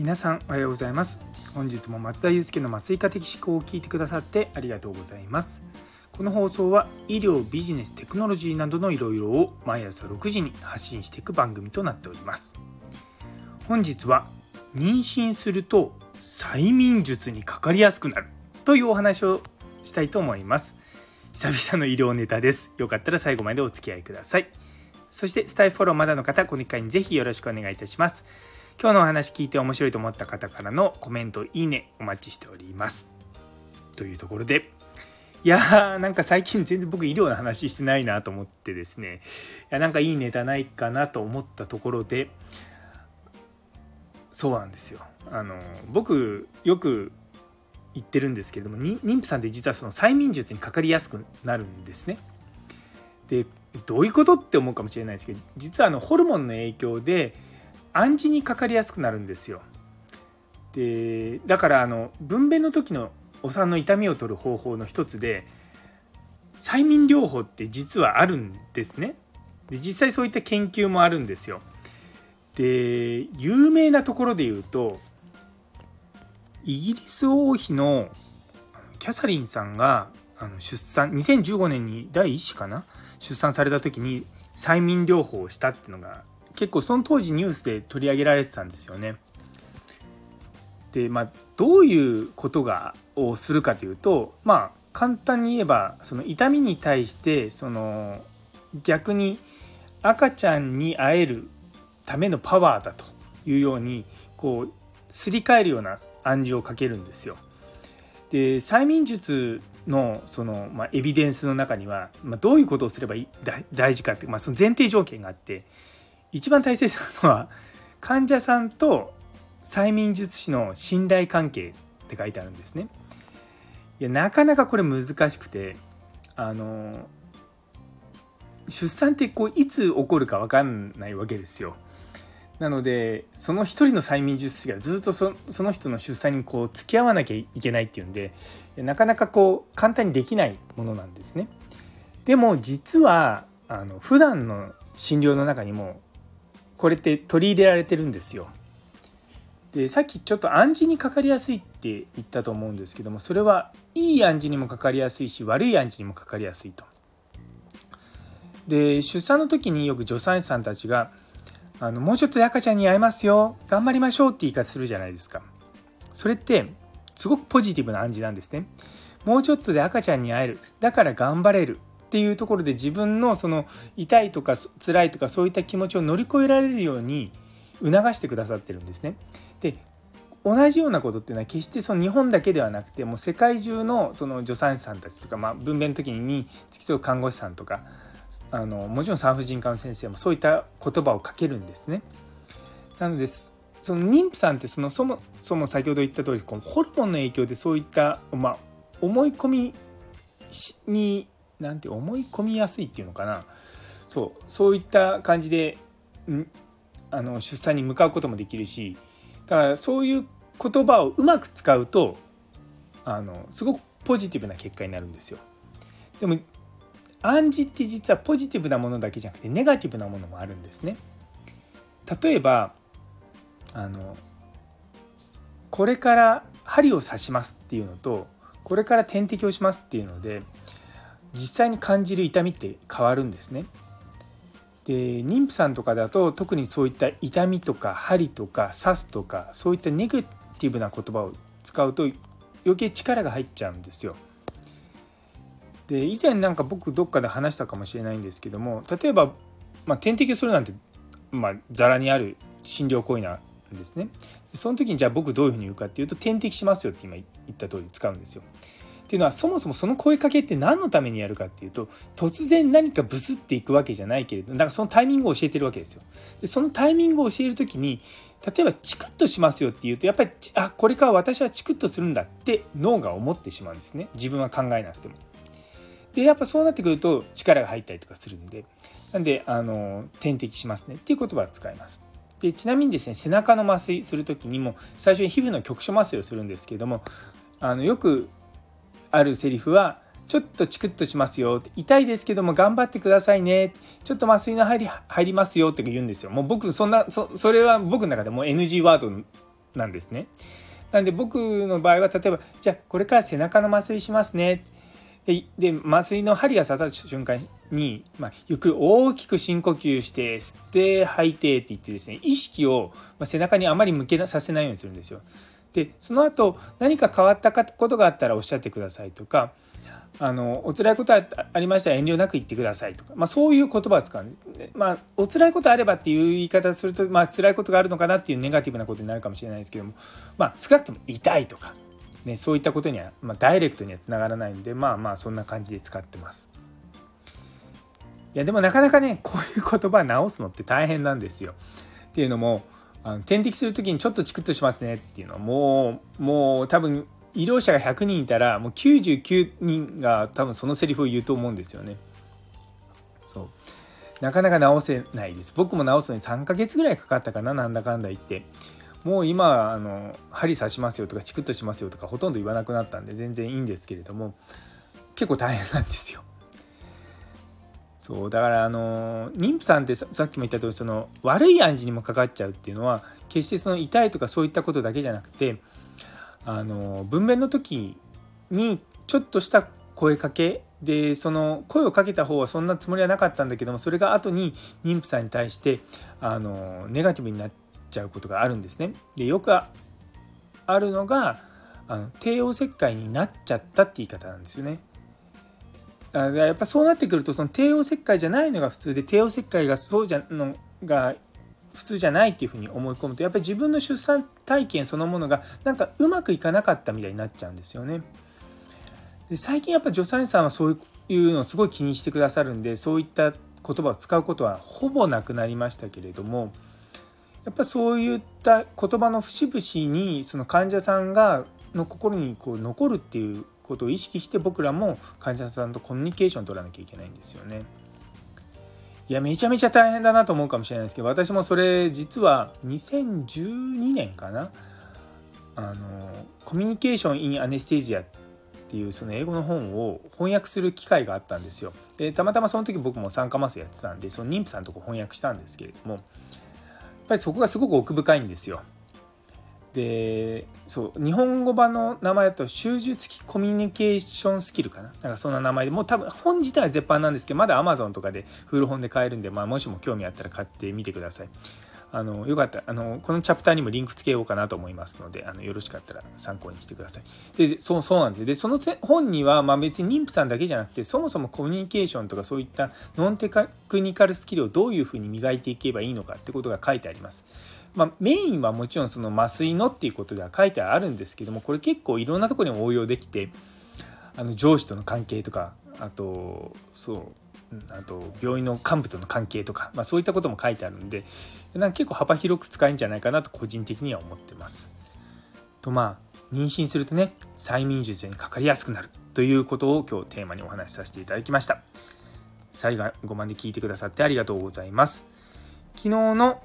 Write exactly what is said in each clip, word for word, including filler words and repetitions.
皆さんおはようございます。本日も松田祐介の麻酔科的思考を聞いてくださってありがとうございます。この放送は医療、ビジネス、テクノロジーなどのいろいろを毎朝ろくじに発信していく番組となっております。本日は妊娠すると催眠術にかかりやすくなるというお話をしたいと思います。久々の医療ネタです。よかったら最後までお付き合いください。そしてスタイフフォローまだの方、この機会にぜひよろしくお願いいたします。今日のお話聞いて面白いと思った方からのコメント、いいねお待ちしております。というところで、いやーなんか最近全然僕医療の話してないなと思ってですね、いやなんかいいネタないかなと思ったところで、そうなんですよ。あの僕よく言ってるんですけれども、妊婦さんって実はその催眠術にかかりやすくなるんですね。で、どういうことって思うかもしれないですけど、実はあのホルモンの影響で暗示にかかりやすくなるんですよ。で、だからあの分娩の時のお産の痛みを取る方法の一つで催眠療法って実はあるんですね。で、実際そういった研究もあるんですよ。で、有名なところで言うと、イギリス王妃のキャサリンさんがあの出産にせんじゅうごねんにだいいっ子かな出産された時に催眠療法をしたっていうのが結構その当時ニュースで取り上げられてたんですよね。で、まあどういうことがをするかというと、まあ簡単に言えばその痛みに対してその逆に赤ちゃんに会えるためのパワーだというようにこうすり替えるような暗示をかけるんですよ。で、催眠術のその、まあ、エビデンスの中には、まあ、どういうことをすればいい大事かって、まあ、その前提条件があって、一番大切なのは患者さんと催眠術師の信頼関係って書いてあるんですね。いやなかなかこれ難しくて、あの出産ってこういつ起こるか分かんないわけですよ。なのでその一人の催眠術師がずっと そ, その人の出産にこう付き合わなきゃいけないっていうんで、なかなかこう簡単にできないものなんですね。でも実はあの普段の診療の中にもこれって取り入れられてるんですよ。で、さっきちょっと暗示にかかりやすいって言ったと思うんですけども、それはいい暗示にもかかりやすいし悪い暗示にもかかりやすいと。で、出産の時によく助産師さんたちがあのもうちょっとで赤ちゃんに会えますよ、頑張りましょうって言い方するじゃないですか。それってすごくポジティブな暗示なんですね。もうちょっとで赤ちゃんに会える、だから頑張れるっていうところで自分のその痛いとか辛いとかそういった気持ちを乗り越えられるように促してくださってるんですね。で、同じようなことっていうのは決してその日本だけではなくて、もう世界中のその助産師さんたちとか、まあ、分娩の時に付き添う看護師さんとか、あのもちろん産婦人科の先生もそういった言葉をかけるんですね。なのでその妊婦さんってそのそもそも先ほど言った通り、このホルモンの影響でそういった、まあ、思い込みになんて思い込みやすいっていうのかな、そうそういった感じでんあの出産に向かうこともできるし、だからそういう言葉をうまく使うとあのすごくポジティブな結果になるんですよ。でも暗示って実はポジティブなものだけじゃなくてネガティブなものもあるんですね。例えばあのこれから針を刺しますっていうのとこれから点滴をしますっていうので実際に感じる痛みって変わるんですね。で、妊婦さんとかだと特にそういった痛みとか針とか刺すとかそういったネガティブな言葉を使うと余計力が入っちゃうんですよ。で、以前なんか僕どっかで話したかもしれないんですけども、例えば、まあ、点滴をするなんて、まあ、ザラにある診療行為なんですね。でその時にじゃあ僕どういうふうに言うかっていうと、点滴しますよって今言った通り使うんですよ。っていうのはそもそもその声かけって何のためにやるかっていうと、突然何かブスっていくわけじゃないけれど、だからそのタイミングを教えてるわけですよ。でそのタイミングを教えるときに、例えばチクッとしますよっていうと、やっぱりあこれから私はチクッとするんだって脳が思ってしまうんですね。自分は考えなくても。でやっぱそうなってくると力が入ったりとかするんで、なんであの点滴しますねっていう言葉を使います。でちなみにですね、背中の麻酔する時にも最初に皮膚の局所麻酔をするんですけれども、あのよくあるセリフはちょっとチクッとしますよ、痛いですけども頑張ってくださいね、ちょっと麻酔の入り入りますよって言うんですよ。もう僕そんな そ, それは僕の中でも エヌジー ワードなんですね。なんで僕の場合は例えばじゃあこれから背中の麻酔しますね。で, で麻酔の針が刺さった瞬間に、まあ、ゆっくり大きく深呼吸して吸って吐いてって言ってですね、意識を背中にあまり向けさせないようにするんですよ。でその後何か変わったことがあったらおっしゃってくださいとか、あのお辛いことありましたら遠慮なく言ってくださいとか、まあ、そういう言葉を使うんです。まあ、お辛いことあればっていう言い方をすると、まあ、辛いことがあるのかなっていうネガティブなことになるかもしれないですけども、まあ、少なくとも痛いとかね、そういったことには、まあ、ダイレクトにはつながらないので、まあまあそんな感じで使ってます。いやでもなかなかね、こういう言葉を直すのって大変なんですよ。っていうのも、あの点滴する時にちょっとチクッとしますねっていうのはもうもう多分医療者がひゃくにんいたらもうきゅうじゅうきゅうにんが多分そのセリフを言うと思うんですよね。そうなかなか直せないです。僕も直すのにさんかげつぐらいかかったかな、なんだかんだ言って。もう今あの針刺しますよとかチクッとしますよとかほとんど言わなくなったんで全然いいんですけれども、結構大変なんですよ。そうだからあの妊婦さんって さ, さっきも言った通りその悪い暗示にもかかっちゃうっていうのは決してその痛いとかそういったことだけじゃなくて、あの分娩の時にちょっとした声かけで、その声をかけた方はそんなつもりはなかったんだけども、それが後に妊婦さんに対してあのネガティブになってちゃうことがあるんですね。でよくあるのがあの帝王切開になっちゃったって言い方なんですよね。だからやっぱそうなってくるとその帝王切開じゃないのが普通で、帝王切開がそうじゃのが普通じゃないっていうふうに思い込むと、やっぱり自分の出産体験そのものがなんかうまくいかなかったみたいになっちゃうんですよね。で最近やっぱ助産師さんはそういうのをすごい気にしてくださるんで、そういった言葉を使うことはほぼなくなりましたけれども、やっぱそういった言葉の節々にその患者さんがの心にこう残るっていうことを意識して僕らも患者さんとコミュニケーションを取らなきゃいけないんですよね。いやめちゃめちゃ大変だなと思うかもしれないですけど、私もそれ実はにせんじゅうにねんかな、あのコミュニケーション・イン・アネステージアっていうその英語の本を翻訳する機会があったんですよ。でたまたまその時僕も酸化麻酔やってたんで、その妊婦さんのとこ翻訳したんですけれども、やっぱりそこがすごく奥深いんですよ。でそう日本語版の名前だと習術的コミュニケーションスキルかな、なんかそんな名前で、もう多分本自体は絶版なんですけど、まだ Amazon とかで古本で買えるんで、まあ、もしも興味あったら買ってみてください。あのよかったらあのこのチャプターにもリンクつけようかなと思いますので、あのよろしかったら参考にしてください。でそうそうなんですよ。でその本には、まあ、別に妊婦さんだけじゃなくて、そもそもコミュニケーションとかそういったノンテクニカルスキルをどういうふうに磨いていけばいいのかってことが書いてあります。まあ、メインはもちろんその麻酔のっていうことでは書いてあるんですけども、これ結構いろんなところに応用できて、あの上司との関係とか、あとそうあと病院の幹部との関係とか、まあ、そういったことも書いてあるんで、なんか結構幅広く使えるんじゃないかなと個人的には思ってます。とまあ妊娠するとね、催眠術にかかりやすくなるということを今日テーマにお話しさせていただきました。最後まで聞いてくださってありがとうございます。昨日の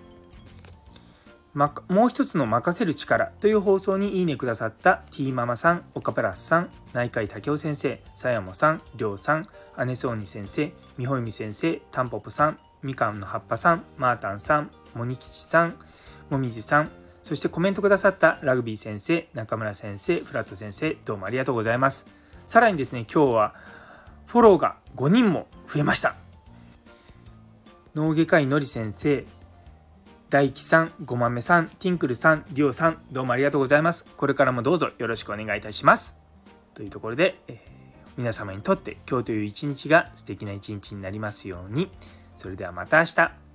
ま、もう一つの任せる力という放送にいいねくださった T ママさん、岡プラスさん、内海武雄先生、さやもさん、りょうさん、姉そうに先生、みほゆみ先生、たんぽぽさん、みかんの葉っぱさん、マータンさん、もにきちさん、もみじさん、そしてコメントくださったラグビー先生、中村先生、フラット先生、どうもありがとうございます。さらにですね、今日はフォローがごにんも増えました。脳外科医のり先生、大輝さん、ごまめさん、ティンクルさん、デュオさん、どうもありがとうございます。これからもどうぞよろしくお願いいたします。というところで、えー、皆様にとって今日という一日が素敵な一日になりますように。それではまた明日。